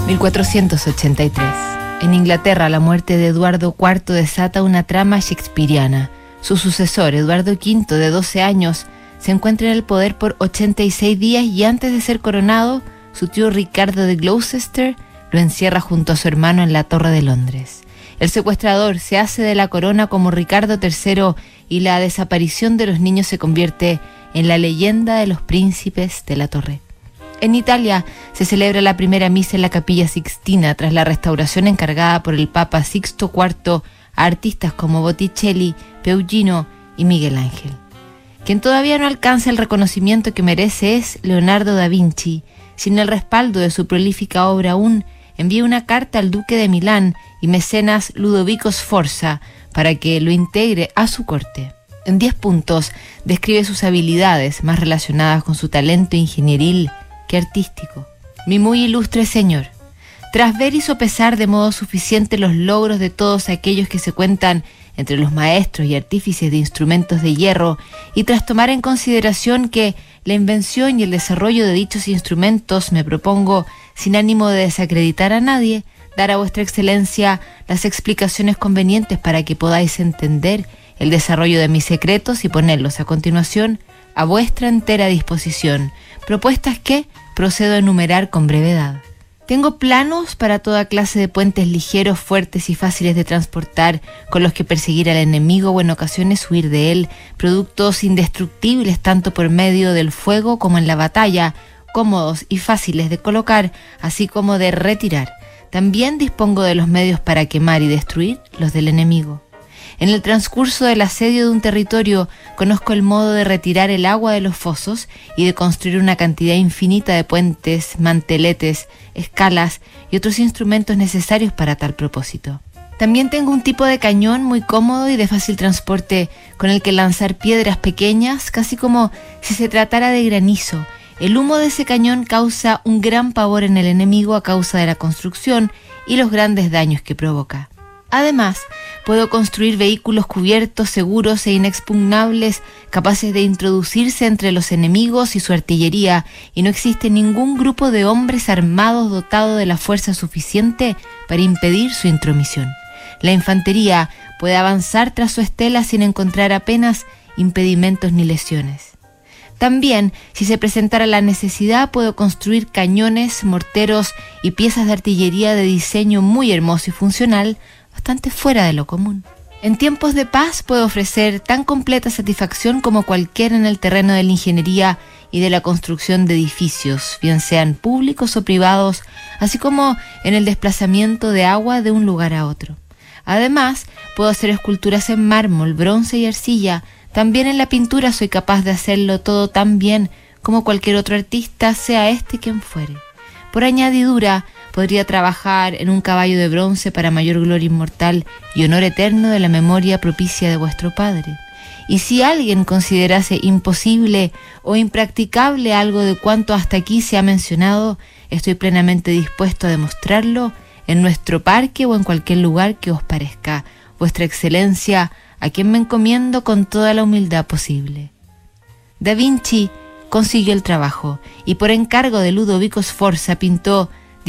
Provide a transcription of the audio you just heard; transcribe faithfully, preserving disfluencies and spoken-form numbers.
mil cuatrocientos ochenta y tres. En Inglaterra, la muerte de Eduardo cuarto desata una trama shakespeariana. Su sucesor, Eduardo quinto, de doce años, se encuentra en el poder por ochenta y seis días y antes de ser coronado, su tío Ricardo de Gloucester lo encierra junto a su hermano en la Torre de Londres. El secuestrador se hace de la corona como Ricardo tercero y la desaparición de los niños se convierte en la leyenda de los príncipes de la Torre. En Italia se celebra la primera misa en la Capilla Sixtina tras la restauración encargada por el Papa Sixto cuarto a artistas como Botticelli, Perugino y Miguel Ángel. Quien todavía no alcanza el reconocimiento que merece es Leonardo da Vinci. Sin el respaldo de su prolífica obra aún, envía una carta al duque de Milán y mecenas Ludovico Sforza para que lo integre a su corte. En diez puntos describe sus habilidades más relacionadas con su talento ingenieril que artístico. Mi muy ilustre señor, tras ver y sopesar de modo suficiente los logros de todos aquellos que se cuentan entre los maestros y artífices de instrumentos de hierro, y tras tomar en consideración que la invención y el desarrollo de dichos instrumentos me propongo, sin ánimo de desacreditar a nadie, dar a vuestra excelencia las explicaciones convenientes para que podáis entender el desarrollo de mis secretos y ponerlos a continuación a vuestra entera disposición, propuestas que procedo a enumerar con brevedad. Tengo planos para toda clase de puentes ligeros, fuertes y fáciles de transportar, con los que perseguir al enemigo o en ocasiones huir de él, productos indestructibles tanto por medio del fuego como en la batalla, cómodos y fáciles de colocar, así como de retirar. También dispongo de los medios para quemar y destruir los del enemigo. En el transcurso del asedio de un territorio, conozco el modo de retirar el agua de los fosos y de construir una cantidad infinita de puentes, manteletes, escalas y otros instrumentos necesarios para tal propósito. También tengo un tipo de cañón muy cómodo y de fácil transporte con el que lanzar piedras pequeñas, casi como si se tratara de granizo. El humo de ese cañón causa un gran pavor en el enemigo a causa de la construcción y los grandes daños que provoca. Además, puedo construir vehículos cubiertos, seguros e inexpugnables, capaces de introducirse entre los enemigos y su artillería, y no existe ningún grupo de hombres armados dotado de la fuerza suficiente para impedir su intromisión. La infantería puede avanzar tras su estela sin encontrar apenas impedimentos ni lesiones. También, si se presentara la necesidad, puedo construir cañones, morteros y piezas de artillería de diseño muy hermoso y funcional, bastante fuera de lo común. En tiempos de paz puedo ofrecer tan completa satisfacción como cualquiera en el terreno de la ingeniería y de la construcción de edificios, bien sean públicos o privados, así como en el desplazamiento de agua de un lugar a otro. Además, puedo hacer esculturas en mármol, bronce y arcilla. También en la pintura soy capaz de hacerlo todo tan bien como cualquier otro artista, sea este quien fuere. Por añadidura, podría trabajar en un caballo de bronce para mayor gloria inmortal y honor eterno de la memoria propicia de vuestro padre. Y si alguien considerase imposible o impracticable algo de cuanto hasta aquí se ha mencionado, estoy plenamente dispuesto a demostrarlo en nuestro parque o en cualquier lugar que os parezca. Vuestra excelencia, a quien me encomiendo con toda la humildad posible. Da Vinci consiguió el trabajo y por encargo de Ludovico Sforza pintó